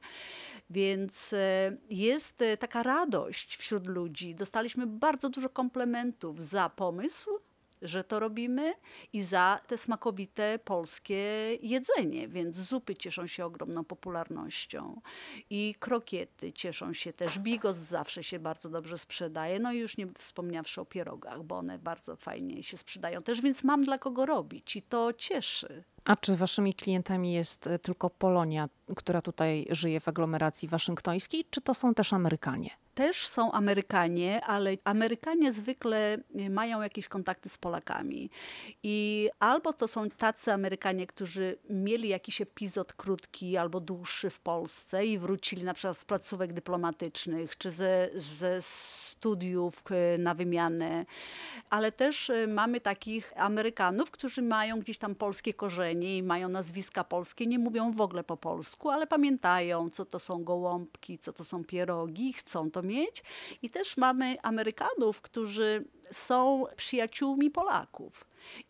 Więc jest taka radość wśród ludzi. Dostaliśmy bardzo dużo komplementów za pomysł, że to robimy i za te smakowite polskie jedzenie, więc zupy cieszą się ogromną popularnością i krokiety cieszą się też. Bigos zawsze się bardzo dobrze sprzedaje, no i już nie wspomniawszy o pierogach, bo one bardzo fajnie się sprzedają też, więc mam dla kogo robić i to cieszy. A czy waszymi klientami jest tylko Polonia, która tutaj żyje w aglomeracji waszyngtońskiej, czy to są też Amerykanie? Też są Amerykanie, ale Amerykanie zwykle mają jakieś kontakty z Polakami. I albo to są tacy Amerykanie, którzy mieli jakiś epizod krótki albo dłuższy w Polsce i wrócili na przykład z placówek dyplomatycznych czy ze studiów na wymianę. Ale też mamy takich Amerykanów, którzy mają gdzieś tam polskie korzenie i mają nazwiska polskie, nie mówią w ogóle po polsku, ale pamiętają, co to są gołąbki, co to są pierogi, chcą to mieć. I też mamy Amerykanów, którzy są przyjaciółmi Polaków.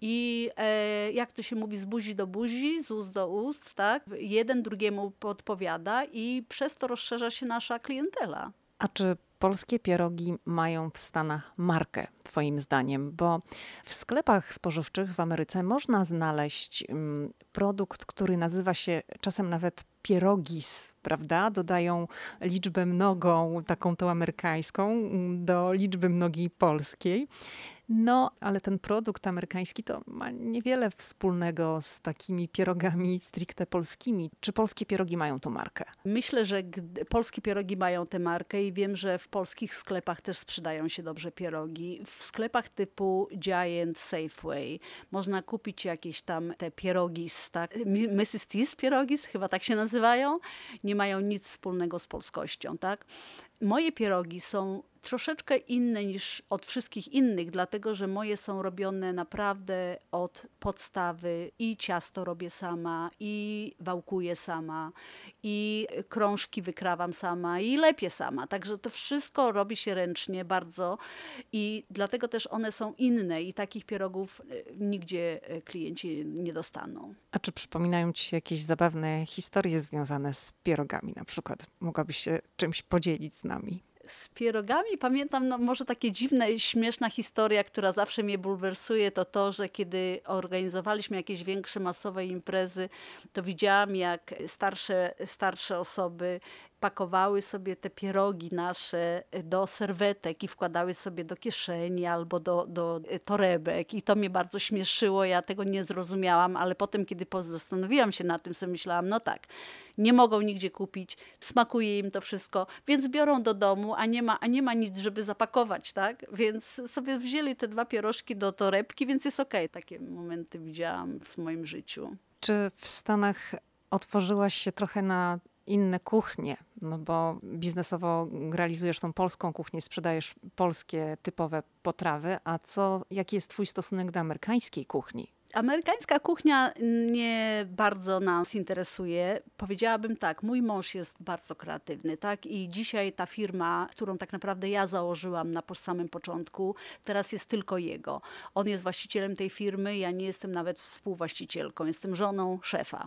I jak to się mówi, z buzi do buzi, z ust do ust, tak? Jeden drugiemu podpowiada i przez to rozszerza się nasza klientela. A czy polskie pierogi mają w Stanach markę, twoim zdaniem? Bo w sklepach spożywczych w Ameryce można znaleźć produkt, który nazywa się czasem nawet pierogis, prawda? Dodają liczbę mnogą, taką tą amerykańską, do liczby mnogiej polskiej. No, ale ten produkt amerykański to ma niewiele wspólnego z takimi pierogami stricte polskimi. Czy polskie pierogi mają tą markę? Myślę, że polskie pierogi mają tę markę i wiem, że w polskich sklepach też sprzedają się dobrze pierogi. W sklepach typu Giant, Safeway można kupić jakieś tam te pierogis, tak? Mrs. T's pierogis, chyba tak się nazywają. Nie mają nic wspólnego z polskością, tak? Moje pierogi są troszeczkę inne niż od wszystkich innych, dlatego że moje są robione naprawdę od podstawy i ciasto robię sama, i wałkuję sama, i krążki wykrawam sama, i lepię sama. Także to wszystko robi się ręcznie bardzo i dlatego też one są inne i takich pierogów nigdzie klienci nie dostaną. A czy przypominają ci się jakieś zabawne historie związane z pierogami na przykład? Mogłabyś się czymś podzielić z nami? Z pierogami pamiętam, no może takie dziwne, śmieszna historia, która zawsze mnie bulwersuje, to, że kiedy organizowaliśmy jakieś większe, masowe imprezy, to widziałam, jak starsze osoby pakowały sobie te pierogi nasze do serwetek i wkładały sobie do kieszeni albo do torebek. I to mnie bardzo śmieszyło, ja tego nie zrozumiałam, ale potem, kiedy zastanowiłam się nad tym, sobie myślałam, no tak, nie mogą nigdzie kupić, smakuje im to wszystko, więc biorą do domu, a nie ma nic, żeby zapakować, tak? Więc sobie wzięli te 2 pierożki do torebki, więc jest okej. Takie momenty widziałam w moim życiu. Czy w Stanach otworzyłaś się trochę na inne kuchnie? No bo biznesowo realizujesz tą polską kuchnię, sprzedajesz polskie typowe potrawy, a jaki jest twój stosunek do amerykańskiej kuchni? Amerykańska kuchnia nie bardzo nas interesuje. Powiedziałabym tak, mój mąż jest bardzo kreatywny, tak? I dzisiaj ta firma, którą tak naprawdę ja założyłam na samym początku, teraz jest tylko jego. On jest właścicielem tej firmy, ja nie jestem nawet współwłaścicielką, jestem żoną szefa.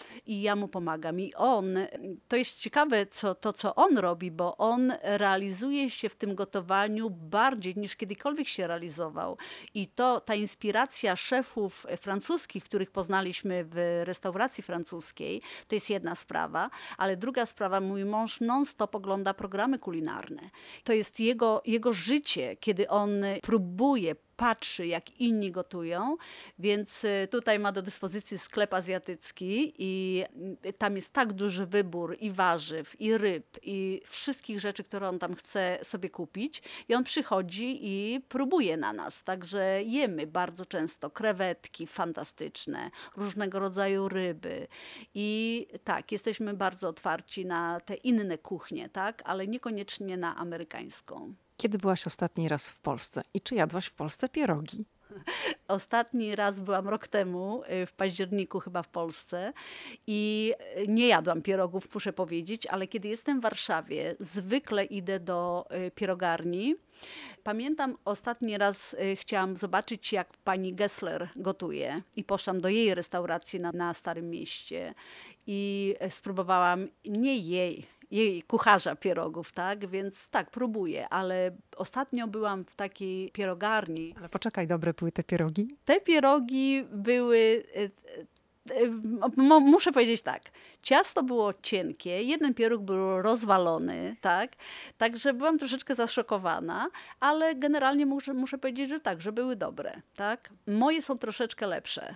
I ja mu pomagam. I to jest ciekawe, co on robi, bo on realizuje się w tym gotowaniu bardziej niż kiedykolwiek się realizował. I ta inspiracja szefów francuskich, których poznaliśmy w restauracji francuskiej, to jest jedna sprawa, ale druga sprawa, mój mąż non-stop ogląda programy kulinarne. To jest jego życie, kiedy on próbuje, patrzy, jak inni gotują, więc tutaj ma do dyspozycji sklep azjatycki i tam jest tak duży wybór i warzyw, i ryb, i wszystkich rzeczy, które on tam chce sobie kupić. I on przychodzi i próbuje na nas. Także jemy bardzo często krewetki fantastyczne, różnego rodzaju ryby. I tak, jesteśmy bardzo otwarci na te inne kuchnie, tak, ale niekoniecznie na amerykańską. Kiedy byłaś ostatni raz w Polsce i czy jadłaś w Polsce pierogi? Ostatni raz byłam rok temu, w październiku chyba w Polsce i nie jadłam pierogów, muszę powiedzieć, ale kiedy jestem w Warszawie, zwykle idę do pierogarni. Pamiętam, ostatni raz chciałam zobaczyć, jak pani Gessler gotuje i poszłam do jej restauracji na Starym Mieście i spróbowałam nie jej kucharza pierogów, tak? Więc tak, próbuję, ale ostatnio byłam w takiej pierogarni. Ale poczekaj, dobre były te pierogi? Te pierogi były... Muszę powiedzieć tak, ciasto było cienkie, jeden pieróg był rozwalony, tak? Także byłam troszeczkę zaszokowana, ale generalnie muszę powiedzieć, że tak, że były dobre, tak? Moje są troszeczkę lepsze.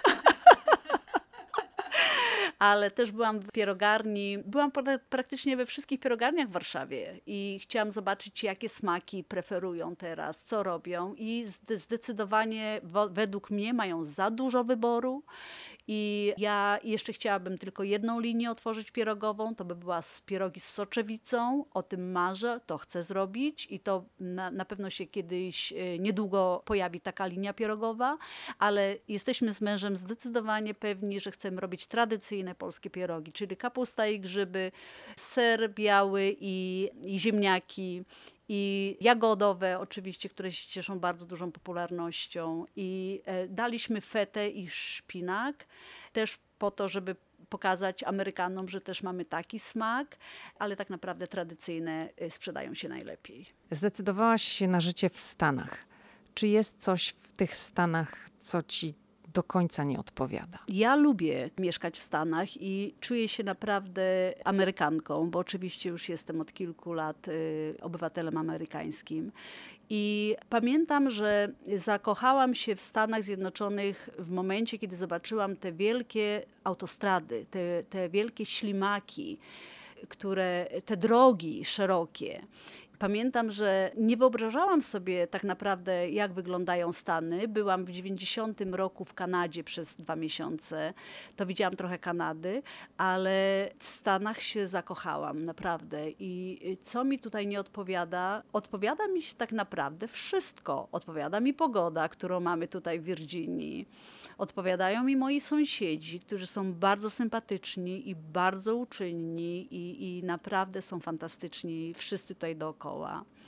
Ale też byłam w pierogarni, byłam praktycznie we wszystkich pierogarniach w Warszawie i chciałam zobaczyć, jakie smaki preferują teraz, co robią i zdecydowanie według mnie mają za dużo wyboru i ja jeszcze chciałabym tylko jedną linię otworzyć pierogową, to by była pierogi z soczewicą, o tym marzę, to chcę zrobić i to na pewno się kiedyś niedługo pojawi taka linia pierogowa, ale jesteśmy z mężem zdecydowanie pewni, że chcemy robić tradycyjne polskie pierogi, czyli kapusta i grzyby, ser biały i ziemniaki, i jagodowe oczywiście, które się cieszą bardzo dużą popularnością. I daliśmy fetę i szpinak też po to, żeby pokazać Amerykanom, że też mamy taki smak, ale tak naprawdę tradycyjne sprzedają się najlepiej. Zdecydowałaś się na życie w Stanach. Czy jest coś w tych Stanach, co ci do końca nie odpowiada? Ja lubię mieszkać w Stanach i czuję się naprawdę Amerykanką, bo oczywiście już jestem od kilku lat obywatelem amerykańskim. I pamiętam, że zakochałam się w Stanach Zjednoczonych w momencie, kiedy zobaczyłam te wielkie autostrady, te wielkie ślimaki, te drogi szerokie. Pamiętam, że nie wyobrażałam sobie tak naprawdę, jak wyglądają Stany. Byłam w 90 roku w Kanadzie przez 2 miesiące. To widziałam trochę Kanady, ale w Stanach się zakochałam, naprawdę. I co mi tutaj nie odpowiada? Odpowiada mi się tak naprawdę wszystko. Odpowiada mi pogoda, którą mamy tutaj w Virginii. Odpowiadają mi moi sąsiedzi, którzy są bardzo sympatyczni i bardzo uczynni i naprawdę są fantastyczni wszyscy tutaj dookoła.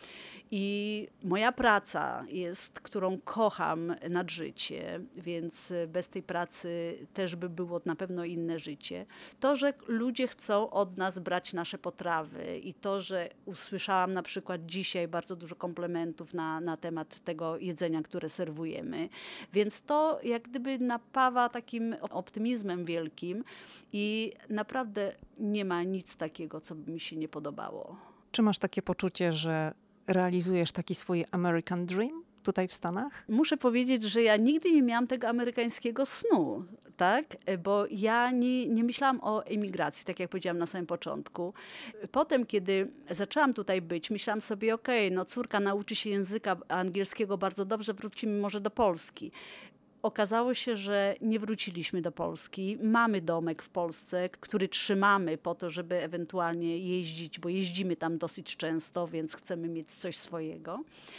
I moja praca jest, którą kocham nad życie, więc bez tej pracy też by było na pewno inne życie. To, że ludzie chcą od nas brać nasze potrawy i to, że usłyszałam na przykład dzisiaj bardzo dużo komplementów na temat tego jedzenia, które serwujemy. Więc to jak gdyby napawa takim optymizmem wielkim i naprawdę nie ma nic takiego, co by mi się nie podobało. Czy masz takie poczucie, że realizujesz taki swój American Dream tutaj w Stanach? Muszę powiedzieć, że ja nigdy nie miałam tego amerykańskiego snu, tak? Bo ja nie myślałam o emigracji, tak jak powiedziałam na samym początku. Potem, kiedy zaczęłam tutaj być, myślałam sobie, okej, no córka nauczy się języka angielskiego bardzo dobrze, wrócimy może do Polski. Okazało się, że nie wróciliśmy do Polski. Mamy domek w Polsce, który trzymamy po to, żeby ewentualnie jeździć, bo jeździmy tam dosyć często, więc chcemy mieć coś swojego.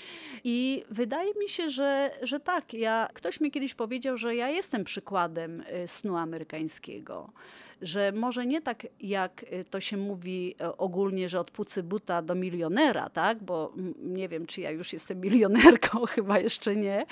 I wydaje mi się, że tak. Ktoś mi kiedyś powiedział, że ja jestem przykładem snu amerykańskiego. Że może nie tak, jak to się mówi ogólnie, że od pucy buta do milionera, tak? Bo nie wiem, czy ja już jestem milionerką, chyba jeszcze nie,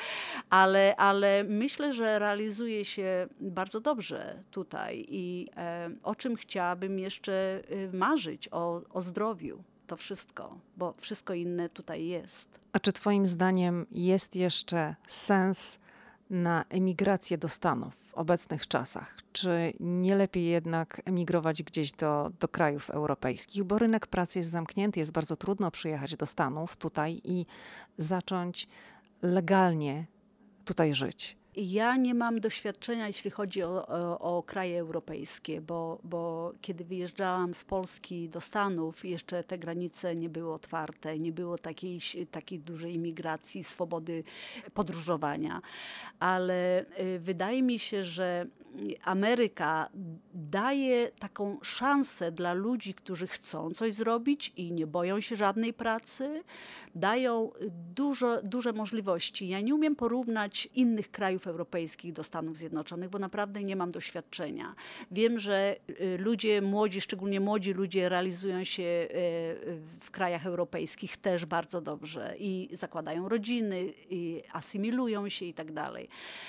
ale myślę, że realizuje się bardzo dobrze tutaj i o czym chciałabym jeszcze marzyć, o zdrowiu. To wszystko, bo wszystko inne tutaj jest. A czy twoim zdaniem jest jeszcze sens na emigrację do Stanów w obecnych czasach? Czy nie lepiej jednak emigrować gdzieś do krajów europejskich? Bo rynek pracy jest zamknięty, jest bardzo trudno przyjechać do Stanów tutaj i zacząć legalnie tutaj żyć. Ja nie mam doświadczenia, jeśli chodzi o kraje europejskie, bo kiedy wyjeżdżałam z Polski do Stanów, jeszcze te granice nie były otwarte, nie było takiej dużej imigracji, swobody podróżowania. Ale wydaje mi się, że Ameryka daje taką szansę dla ludzi, którzy chcą coś zrobić i nie boją się żadnej pracy. Dają duże możliwości. Ja nie umiem porównać innych krajów europejskich do Stanów Zjednoczonych, bo naprawdę nie mam doświadczenia. Wiem, że ludzie młodzi, szczególnie młodzi ludzie realizują się w krajach europejskich też bardzo dobrze i zakładają rodziny, i asymilują się i tak dalej.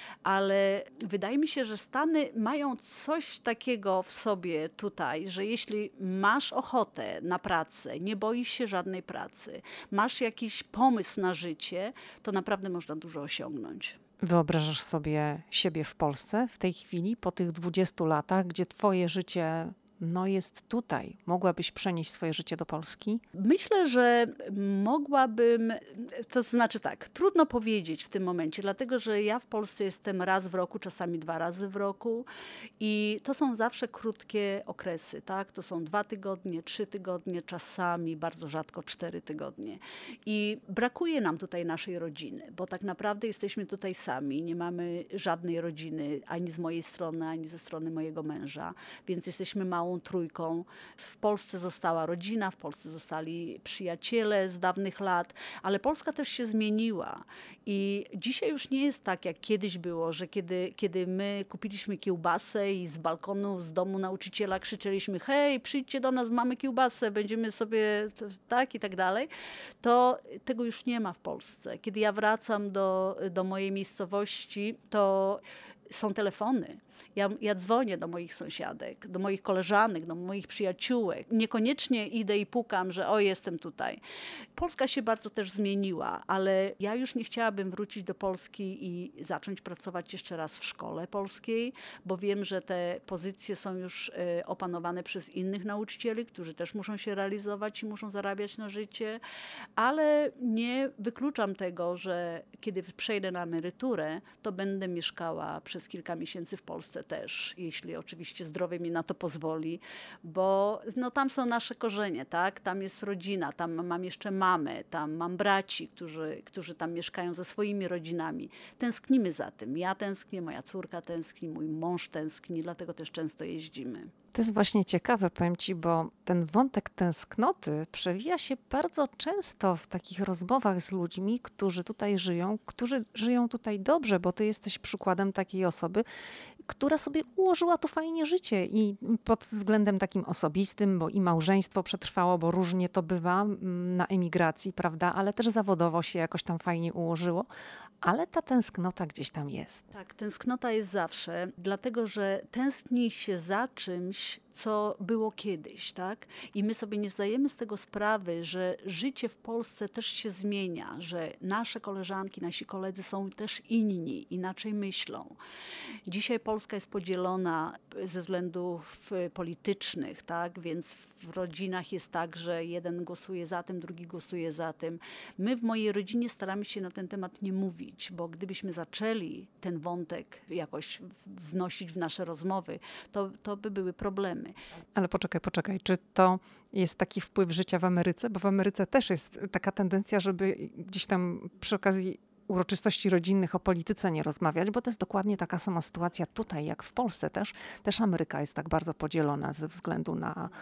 Ale wydaje mi się, że Stany mają coś takiego w sobie tutaj, że jeśli masz ochotę na pracę, nie boisz się żadnej pracy, masz jakiś pomysł na życie, to naprawdę można dużo osiągnąć. Wyobrażasz sobie siebie w Polsce w tej chwili, po tych 20 latach, gdzie twoje życie jest tutaj? Mogłabyś przenieść swoje życie do Polski? Myślę, że mogłabym, to znaczy tak, trudno powiedzieć w tym momencie, dlatego że ja w Polsce jestem raz w roku, czasami 2 razy w roku i to są zawsze krótkie okresy, tak? To są 2 tygodnie, 3 tygodnie, czasami bardzo rzadko 4 tygodnie. I brakuje nam tutaj naszej rodziny, bo tak naprawdę jesteśmy tutaj sami, nie mamy żadnej rodziny, ani z mojej strony, ani ze strony mojego męża, więc jesteśmy małą trójką. W Polsce została rodzina, w Polsce zostali przyjaciele z dawnych lat, ale Polska też się zmieniła i dzisiaj już nie jest tak, jak kiedyś było, że kiedy my kupiliśmy kiełbasę i z balkonu, z domu nauczyciela krzyczeliśmy: hej, przyjdźcie do nas, mamy kiełbasę, będziemy sobie tak i tak dalej, to tego już nie ma w Polsce. Kiedy ja wracam do mojej miejscowości, to są telefony. Ja dzwonię do moich sąsiadek, do moich koleżanek, do moich przyjaciółek. Niekoniecznie idę i pukam, że jestem tutaj. Polska się bardzo też zmieniła, ale ja już nie chciałabym wrócić do Polski i zacząć pracować jeszcze raz w szkole polskiej, bo wiem, że te pozycje są już opanowane przez innych nauczycieli, którzy też muszą się realizować i muszą zarabiać na życie, ale nie wykluczam tego, że kiedy przejdę na emeryturę, to będę mieszkała przez kilka miesięcy w Polsce też, jeśli oczywiście zdrowie mi na to pozwoli, bo tam są nasze korzenie, tak? Tam jest rodzina, tam mam jeszcze mamę, tam mam braci, którzy tam mieszkają ze swoimi rodzinami. Tęsknimy za tym. Ja tęsknię, moja córka tęskni, mój mąż tęskni, dlatego też często jeździmy. To jest właśnie ciekawe, powiem ci, bo ten wątek tęsknoty przewija się bardzo często w takich rozmowach z ludźmi, którzy tutaj żyją, którzy żyją tutaj dobrze, bo ty jesteś przykładem takiej osoby, która sobie ułożyła tu fajnie życie i pod względem takim osobistym, bo i małżeństwo przetrwało, bo różnie to bywa na emigracji, prawda, ale też zawodowo się jakoś tam fajnie ułożyło, ale ta tęsknota gdzieś tam jest. Tak, tęsknota jest zawsze, dlatego że tęskni się za czymś, co było kiedyś, tak? I my sobie nie zdajemy z tego sprawy, że życie w Polsce też się zmienia, że nasze koleżanki, nasi koledzy są też inni, inaczej myślą. Dzisiaj Polska jest podzielona ze względów politycznych, tak? Więc w rodzinach jest tak, że jeden głosuje za tym, drugi głosuje za tym. My w mojej rodzinie staramy się na ten temat nie mówić, bo gdybyśmy zaczęli ten wątek jakoś wnosić w nasze rozmowy, to by były problemy. Ale poczekaj, czy to jest taki wpływ życia w Ameryce? Bo w Ameryce też jest taka tendencja, żeby gdzieś tam przy okazji uroczystości rodzinnych o polityce nie rozmawiać, bo to jest dokładnie taka sama sytuacja tutaj, jak w Polsce też. Też Ameryka jest tak bardzo podzielona ze względu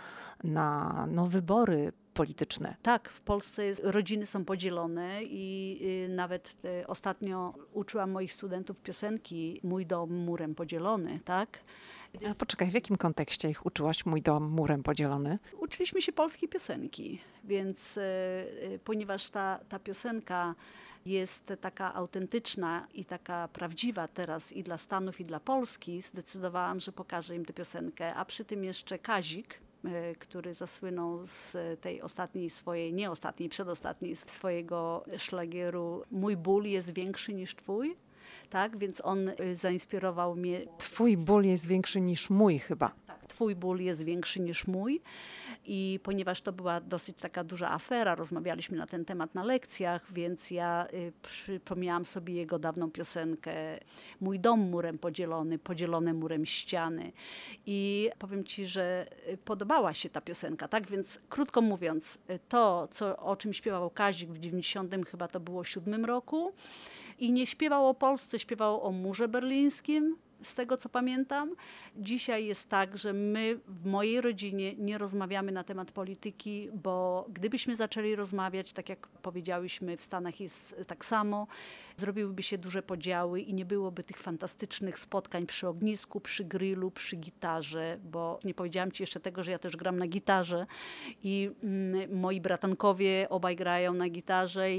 na wybory polityczne. Tak, w Polsce rodziny są podzielone i nawet ostatnio uczyłam moich studentów piosenki Mój dom murem podzielony, tak? A poczekaj, w jakim kontekście ich uczyłaś? Mój dom murem podzielony? Uczyliśmy się polskiej piosenki, więc ponieważ ta piosenka jest taka autentyczna i taka prawdziwa teraz i dla Stanów, i dla Polski, zdecydowałam, że pokażę im tę piosenkę, a przy tym jeszcze Kazik, który zasłynął z tej ostatniej swojej, nie ostatniej, przedostatniej swojego szlagieru Mój ból jest większy niż twój. Tak, więc on zainspirował mnie. Twój ból jest większy niż mój chyba. Tak, twój ból jest większy niż mój. I ponieważ to była dosyć taka duża afera, rozmawialiśmy na ten temat na lekcjach, więc ja przypomniałam sobie jego dawną piosenkę Mój dom murem podzielony, podzielone murem ściany. I powiem ci, że podobała się ta piosenka, tak? Więc krótko mówiąc, to, o czym śpiewał Kazik w 90 chyba to było 7 roku, i nie śpiewał o Polsce, śpiewał o murze berlińskim, z tego co pamiętam. Dzisiaj jest tak, że my w mojej rodzinie nie rozmawiamy na temat polityki, bo gdybyśmy zaczęli rozmawiać, tak jak powiedziałyśmy, w Stanach jest tak samo, zrobiłyby się duże podziały i nie byłoby tych fantastycznych spotkań przy ognisku, przy grillu, przy gitarze, bo nie powiedziałam ci jeszcze tego, że ja też gram na gitarze i moi bratankowie obaj grają na gitarze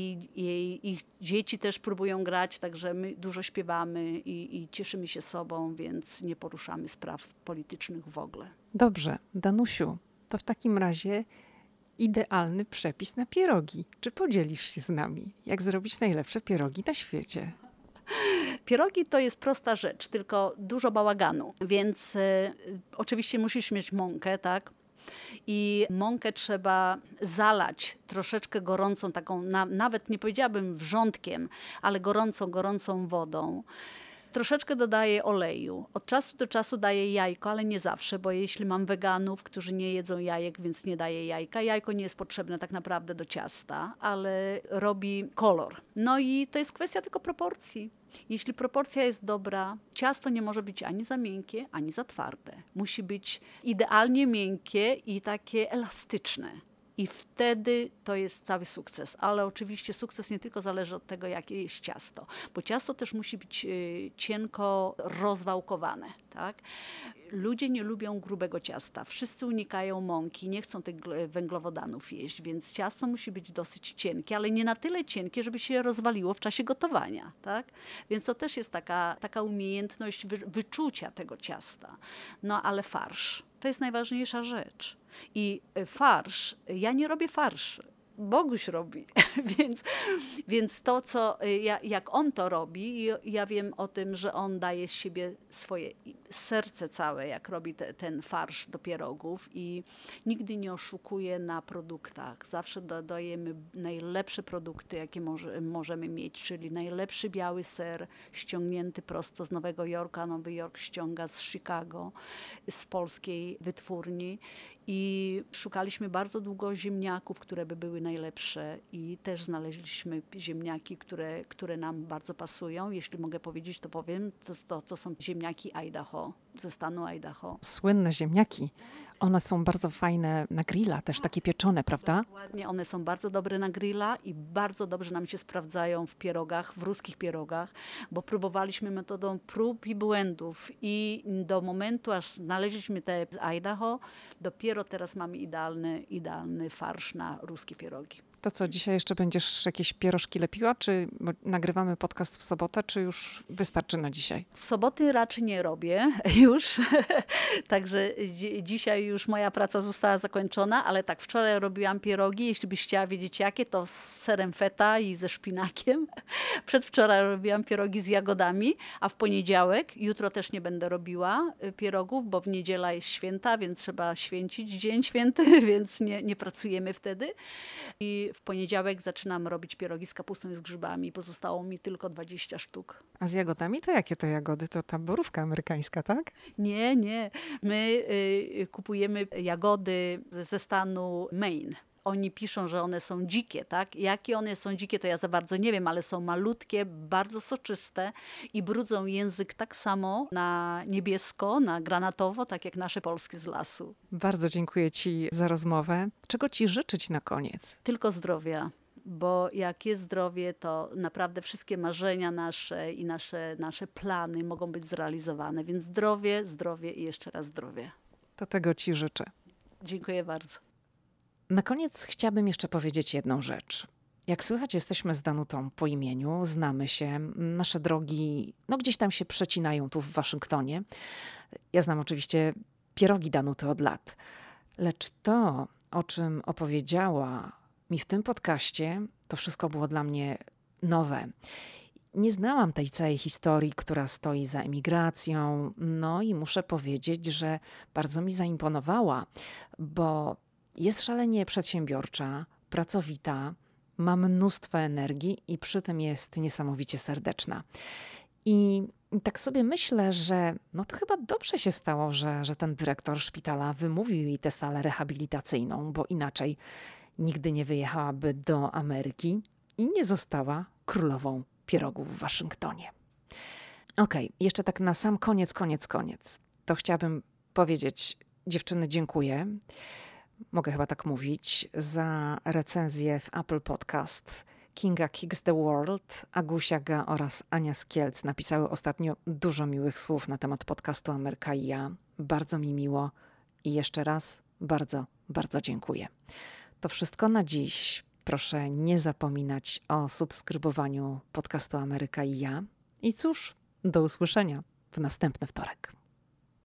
i ich dzieci też próbują grać, także my dużo śpiewamy i cieszymy się sobą, więc nie poruszamy spraw politycznych w ogóle. Dobrze, Danusiu, to w takim razie idealny przepis na pierogi. Czy podzielisz się z nami, jak zrobić najlepsze pierogi na świecie? Pierogi to jest prosta rzecz, tylko dużo bałaganu, więc oczywiście musisz mieć mąkę, tak? I mąkę trzeba zalać troszeczkę gorącą, taką nawet nie powiedziałabym wrzątkiem, ale gorącą wodą. Troszeczkę dodaję oleju. Od czasu do czasu daję jajko, ale nie zawsze, bo jeśli mam weganów, którzy nie jedzą jajek, więc nie daję jajka. Jajko nie jest potrzebne tak naprawdę do ciasta, ale robi kolor. No i to jest kwestia tylko proporcji. Jeśli proporcja jest dobra, ciasto nie może być ani za miękkie, ani za twarde. Musi być idealnie miękkie i takie elastyczne. I wtedy to jest cały sukces. Ale oczywiście sukces nie tylko zależy od tego, jakie jest ciasto, bo ciasto też musi być cienko rozwałkowane. Tak? Ludzie nie lubią grubego ciasta. Wszyscy unikają mąki, nie chcą tych węglowodanów jeść, więc ciasto musi być dosyć cienkie, ale nie na tyle cienkie, żeby się rozwaliło w czasie gotowania. Tak? Więc to też jest taka umiejętność wyczucia tego ciasta. No ale farsz to jest najważniejsza rzecz. I farsz, ja nie robię farsz, Boguś robi, więc to, jak on to robi, ja wiem o tym, że on daje z siebie swoje serce całe, jak robi ten farsz do pierogów i nigdy nie oszukuje na produktach. Zawsze dodajemy najlepsze produkty, jakie możemy mieć, czyli najlepszy biały ser ściągnięty prosto z Nowego Jorku, a Nowy Jork ściąga z Chicago, z polskiej wytwórni I szukaliśmy bardzo długo ziemniaków, które by były najlepsze i też znaleźliśmy ziemniaki, które nam bardzo pasują. Jeśli mogę powiedzieć, to powiem, to są ziemniaki Idaho, ze stanu Idaho. Słynne ziemniaki. One są bardzo fajne na grilla, też takie pieczone, prawda? Dokładnie, one są bardzo dobre na grilla i bardzo dobrze nam się sprawdzają w pierogach, w ruskich pierogach, bo próbowaliśmy metodą prób i błędów i do momentu, aż znaleźliśmy te z Idaho, dopiero teraz mamy idealny farsz na ruskie pierogi. To co, dzisiaj jeszcze będziesz jakieś pierożki lepiła, czy nagrywamy podcast w sobotę, czy już wystarczy na dzisiaj? W soboty raczej nie robię już, także dzisiaj już moja praca została zakończona, ale tak, wczoraj robiłam pierogi, jeśli byś chciała wiedzieć jakie, to z serem feta i ze szpinakiem. Przedwczoraj robiłam pierogi z jagodami, a w poniedziałek, jutro też nie będę robiła pierogów, bo w niedziela jest święta, więc trzeba święcić dzień święty, więc nie pracujemy wtedy. I w poniedziałek zaczynam robić pierogi z kapustą i z grzybami. Pozostało mi tylko 20 sztuk. A z jagodami to jakie to jagody? To ta borówka amerykańska, tak? Nie. My kupujemy jagody ze stanu Maine. Oni piszą, że one są dzikie, tak? Jakie one są dzikie, to ja za bardzo nie wiem, ale są malutkie, bardzo soczyste i brudzą język tak samo na niebiesko, na granatowo, tak jak nasze polskie z lasu. Bardzo dziękuję Ci za rozmowę. Czego Ci życzyć na koniec? Tylko zdrowia. Bo jak jest zdrowie, to naprawdę wszystkie marzenia nasze i nasze plany mogą być zrealizowane. Więc zdrowie i jeszcze raz zdrowie. To tego Ci życzę. Dziękuję bardzo. Na koniec chciałabym jeszcze powiedzieć jedną rzecz. Jak słychać, jesteśmy z Danutą po imieniu, znamy się, nasze drogi gdzieś tam się przecinają tu w Waszyngtonie. Ja znam oczywiście pierogi Danuty od lat, lecz to, o czym opowiedziała mi w tym podcaście, to wszystko było dla mnie nowe. Nie znałam tej całej historii, która stoi za emigracją, i muszę powiedzieć, że bardzo mi zaimponowała, bo jest szalenie przedsiębiorcza, pracowita, ma mnóstwo energii i przy tym jest niesamowicie serdeczna. I tak sobie myślę, że to chyba dobrze się stało, że ten dyrektor szpitala wymówił jej tę salę rehabilitacyjną, bo inaczej nigdy nie wyjechałaby do Ameryki i nie została królową pierogów w Waszyngtonie. Okej, jeszcze tak na sam koniec, to chciałabym powiedzieć, dziewczyny, dziękuję. Mogę chyba tak mówić, za recenzję w Apple Podcast. Kinga Kicks the World, Agusia Ga oraz Ania z Kielc napisały ostatnio dużo miłych słów na temat podcastu Ameryka i ja. Bardzo mi miło i jeszcze raz bardzo, bardzo dziękuję. To wszystko na dziś. Proszę nie zapominać o subskrybowaniu podcastu Ameryka i ja. I cóż, do usłyszenia w następny wtorek.